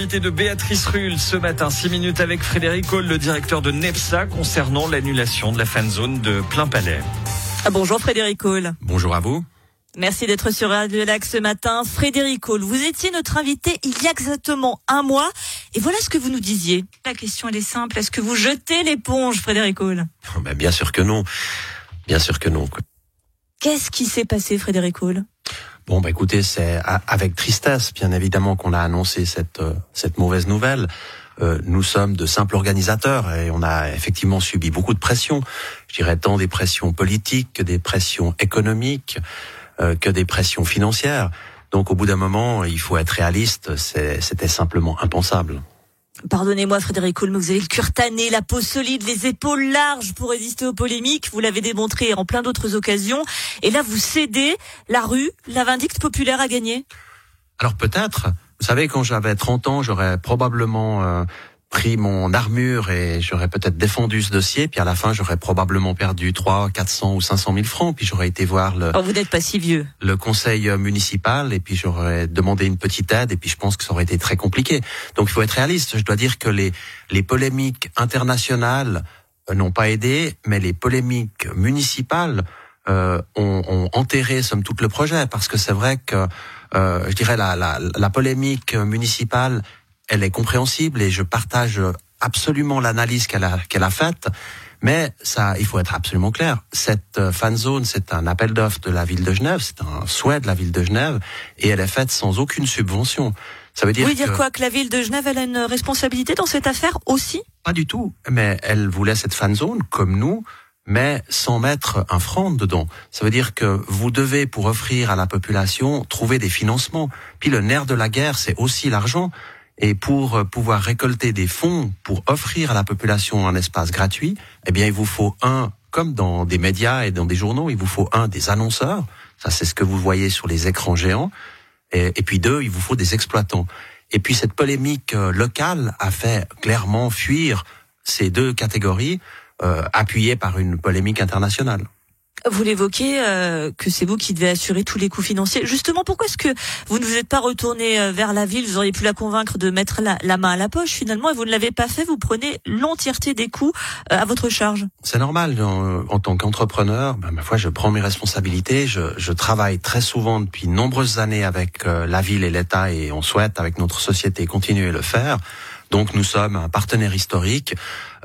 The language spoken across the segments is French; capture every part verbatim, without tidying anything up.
l'invité de Béatrice Rulle ce matin, six minutes avec Frédéric Hall, le directeur de NEPSA, concernant l'annulation de la fan zone de Plainpalais. Ah, bonjour Frédéric Hall. Bonjour à vous. Merci d'être sur Radio Lac ce matin. Frédéric Hall, vous étiez notre invité il y a exactement un mois. Et voilà ce que vous nous disiez. La question, elle est simple. Est-ce que vous jetez l'éponge, Frédéric Hall ? Ben, bien sûr que non. Bien sûr que non. Qu'est-ce qui s'est passé, Frédéric Hall ? Bon, bah écoutez, c'est avec tristesse, bien évidemment, qu'on a annoncé cette euh, cette mauvaise nouvelle. Euh, nous sommes de simples organisateurs et on a effectivement subi beaucoup de pressions. Je dirais tant des pressions politiques que des pressions économiques, euh, que des pressions financières. Donc, au bout d'un moment, il faut être réaliste. C'est, c'était simplement impensable. Pardonnez-moi Frédéric Hall, mais vous avez le cœur tanné, la peau solide, les épaules larges pour résister aux polémiques. Vous l'avez démontré en plein d'autres occasions. Et là, vous cédez. La rue, la vindicte populaire a gagné. Alors peut-être. Vous savez, quand j'avais trente ans, j'aurais probablement euh, pris mon armure et j'aurais peut-être défendu ce dossier. Puis à la fin, j'aurais probablement perdu trois, quatre cents ou cinq cent mille francs. Puis j'aurais été voir le... Oh, vous n'êtes pas si vieux. Le conseil municipal et puis j'aurais demandé une petite aide et puis je pense que ça aurait été très compliqué. Donc il faut être réaliste. Je dois dire que les, les polémiques internationales n'ont pas aidé, mais les polémiques municipales euh, ont, ont enterré somme toute le projet, parce que c'est vrai que euh, je dirais la, la, la polémique municipale, elle est compréhensible et je partage absolument l'analyse qu'elle a, qu'elle a faite. Mais ça, il faut être absolument clair. Cette fan zone, c'est un appel d'offres de la ville de Genève, c'est un souhait de la ville de Genève, et elle est faite sans aucune subvention. Ça veut dire. Vous voulez dire que... quoi, que la ville de Genève, elle a une responsabilité dans cette affaire aussi ? Pas du tout. Mais elle voulait cette fan zone comme nous, mais sans mettre un franc dedans. Ça veut dire que vous devez, pour offrir à la population, trouver des financements. Puis le nerf de la guerre, c'est aussi l'argent. Et pour pouvoir récolter des fonds pour offrir à la population un espace gratuit, eh bien, il vous faut un, comme dans des médias et dans des journaux, il vous faut un, des annonceurs. Ça, c'est ce que vous voyez sur les écrans géants. Et, et puis deux, il vous faut des exploitants. Et puis cette polémique euh, locale a fait clairement fuir ces deux catégories, euh, appuyées par une polémique internationale. Vous l'évoquez, euh, que c'est vous qui devez assurer tous les coûts financiers. Justement, pourquoi est-ce que vous ne vous êtes pas retourné euh, vers la ville ? Vous auriez pu la convaincre de mettre la, la main à la poche finalement, et vous ne l'avez pas fait. Vous prenez l'entièreté des coûts euh, à votre charge. C'est normal. En, en tant qu'entrepreneur, ben, ma foi, je prends mes responsabilités. Je, je travaille très souvent depuis de nombreuses années avec euh, la ville et l'État, et on souhaite, avec notre société, continuer à le faire. Donc nous sommes un partenaire historique.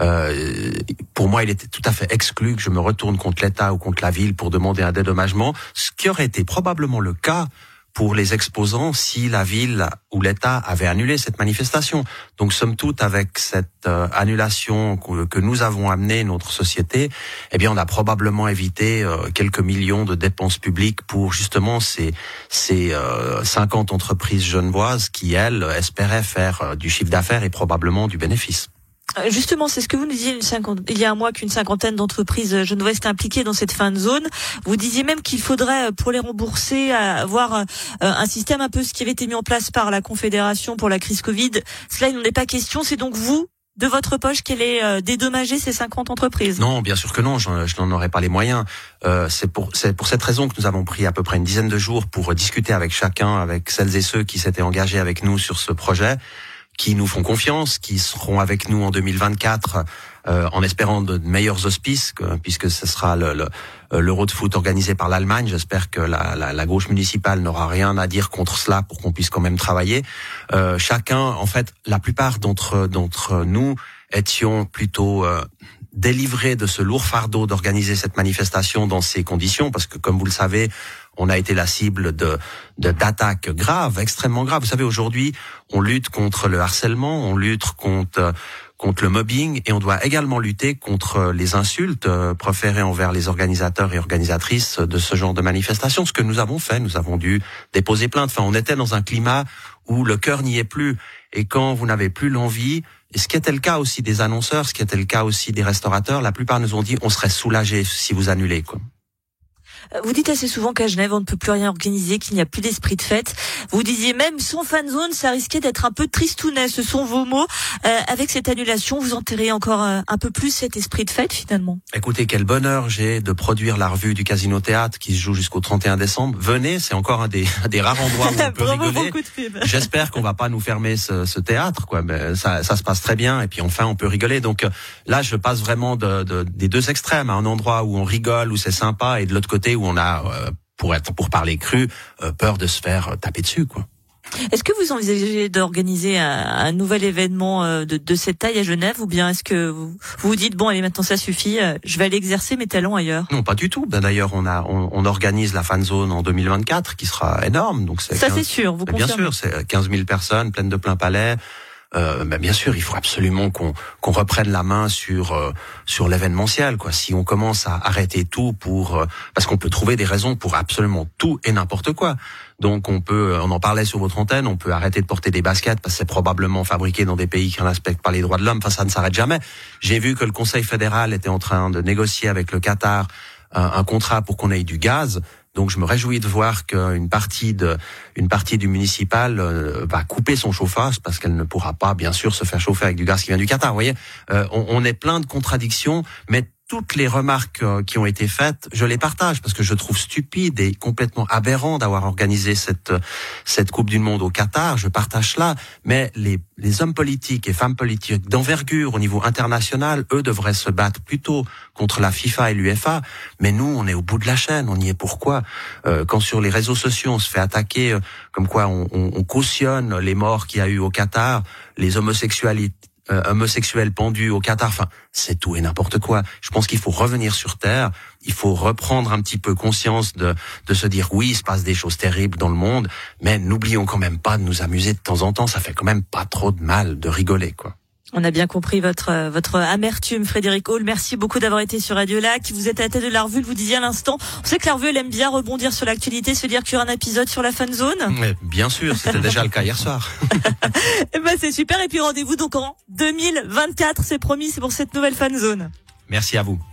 Euh, pour moi, il était tout à fait exclu que je me retourne contre l'État ou contre la ville pour demander un dédommagement, ce qui aurait été probablement le cas pour les exposants si la ville ou l'État avait annulé cette manifestation. Donc, somme toute, avec cette euh, annulation que, que nous avons amené notre société, eh bien, on a probablement évité euh, quelques millions de dépenses publiques pour justement ces ces euh, cinquante entreprises genevoises qui, elles, espéraient faire euh, du chiffre d'affaires et probablement du bénéfice. Justement, c'est ce que vous nous disiez une cinquante, il y a un mois qu'une cinquantaine d'entreprises genevoises étaient impliquées dans cette fan zone. Vous disiez même qu'il faudrait, pour les rembourser, avoir un système un peu ce qui avait été mis en place par la Confédération pour la crise Covid. Cela, il n'en est pas question. C'est donc vous, de votre poche, qui allez dédommager ces cinquante entreprises ? Non, bien sûr que non. Je, je n'en aurais pas les moyens. Euh, c'est pour c'est pour cette raison que nous avons pris à peu près une dizaine de jours pour discuter avec chacun, avec celles et ceux qui s'étaient engagés avec nous sur ce projet, qui nous font confiance, qui seront avec nous en deux mille vingt-quatre, euh, en espérant de meilleurs auspices, que, puisque ce sera le, le, l'Euro de foot organisé par l'Allemagne. J'espère que la, la, la gauche municipale n'aura rien à dire contre cela pour qu'on puisse quand même travailler. Euh, chacun, en fait, la plupart d'entre, d'entre nous étions plutôt euh, délivrés de ce lourd fardeau d'organiser cette manifestation dans ces conditions, parce que, comme vous le savez, on a été la cible de, de d'attaques graves, extrêmement graves. Vous savez, aujourd'hui, on lutte contre le harcèlement, on lutte contre contre le mobbing, et on doit également lutter contre les insultes euh, proférées envers les organisateurs et organisatrices de ce genre de manifestations. Ce que nous avons fait, nous avons dû déposer plainte. Enfin, on était dans un climat où le cœur n'y est plus, et quand vous n'avez plus l'envie, et ce qui était le cas aussi des annonceurs, ce qui était le cas aussi des restaurateurs, la plupart nous ont dit on serait soulagés si vous annulez, quoi. Vous dites assez souvent qu'à Genève, on ne peut plus rien organiser, qu'il n'y a plus d'esprit de fête. Vous disiez même, sans fan zone, ça risquait d'être un peu tristounet. Ce sont vos mots. Euh, avec cette annulation, vous enterrez encore euh, un peu plus cet esprit de fête, finalement. Écoutez, quel bonheur j'ai de produire la revue du Casino Théâtre qui se joue jusqu'au trente et un décembre. Venez, c'est encore un des, un des rares endroits où on peut rigoler. J'espère qu'on va pas nous fermer ce, ce théâtre, quoi. Mais ça, ça se passe très bien et puis enfin, on peut rigoler. Donc là, je passe vraiment de, de, des deux extrêmes, à un endroit où on rigole, où c'est sympa, et de l'autre côté où on a, euh, pour être, pour parler cru, euh, peur de se faire taper dessus, quoi. Est-ce que vous envisagez d'organiser un, un nouvel événement de, de cette taille à Genève, ou bien est-ce que vous vous dites bon allez maintenant ça suffit, je vais aller exercer mes talents ailleurs? Non, pas du tout. Ben d'ailleurs on a on, on organise la fan zone en deux mille vingt-quatre qui sera énorme. Donc c'est ça quinze... c'est sûr. Vous ben confirmez? Bien sûr, c'est quinze mille personnes pleines de plein palais. Euh, ben bien sûr, il faut absolument qu'on qu'on reprenne la main sur euh, sur l'événementiel, quoi. Si on commence à arrêter tout pour euh, parce qu'on peut trouver des raisons pour absolument tout et n'importe quoi. Donc on peut, on en parlait sur votre antenne, on peut arrêter de porter des baskets parce que c'est probablement fabriqué dans des pays qui ne respectent pas les droits de l'homme. Enfin, ça ne s'arrête jamais. J'ai vu que le Conseil fédéral était en train de négocier avec le Qatar un, un contrat pour qu'on ait du gaz. Donc je me réjouis de voir qu'une partie de, une partie du municipal euh, va couper son chauffage parce qu'elle ne pourra pas, bien sûr, se faire chauffer avec du gaz qui vient du Qatar. Vous voyez, euh, on, on est plein de contradictions, mais toutes les remarques euh, qui ont été faites, je les partage parce que je trouve stupide et complètement aberrant d'avoir organisé cette cette Coupe du Monde au Qatar. Je partage cela, mais les les hommes politiques et femmes politiques d'envergure au niveau international, eux devraient se battre plutôt contre la FIFA et l'UEFA. Mais nous, on est au bout de la chaîne. On y est pourquoi euh, quand sur les réseaux sociaux on se fait attaquer, euh, comme quoi on, on, on cautionne les morts qu'il y a eu au Qatar, les homosexualités. Euh, homosexuels pendus au Qatar, enfin, c'est tout et n'importe quoi. Je pense qu'il faut revenir sur terre, il faut reprendre un petit peu conscience de, de se dire oui, il se passe des choses terribles dans le monde, mais n'oublions quand même pas de nous amuser de temps en temps, ça fait quand même pas trop de mal de rigoler, quoi. On a bien compris votre votre amertume, Frédéric Hall. Merci beaucoup d'avoir été sur Radio Lac. Vous êtes à la tête de la revue, vous disiez à l'instant. On sait que la revue, elle aime bien rebondir sur l'actualité, se dire qu'il y aura un épisode sur la fan zone. Mais bien sûr, c'était déjà le cas hier soir. Et ben c'est super. Et puis rendez-vous donc en deux mille vingt-quatre, c'est promis, c'est pour cette nouvelle fan zone. Merci à vous.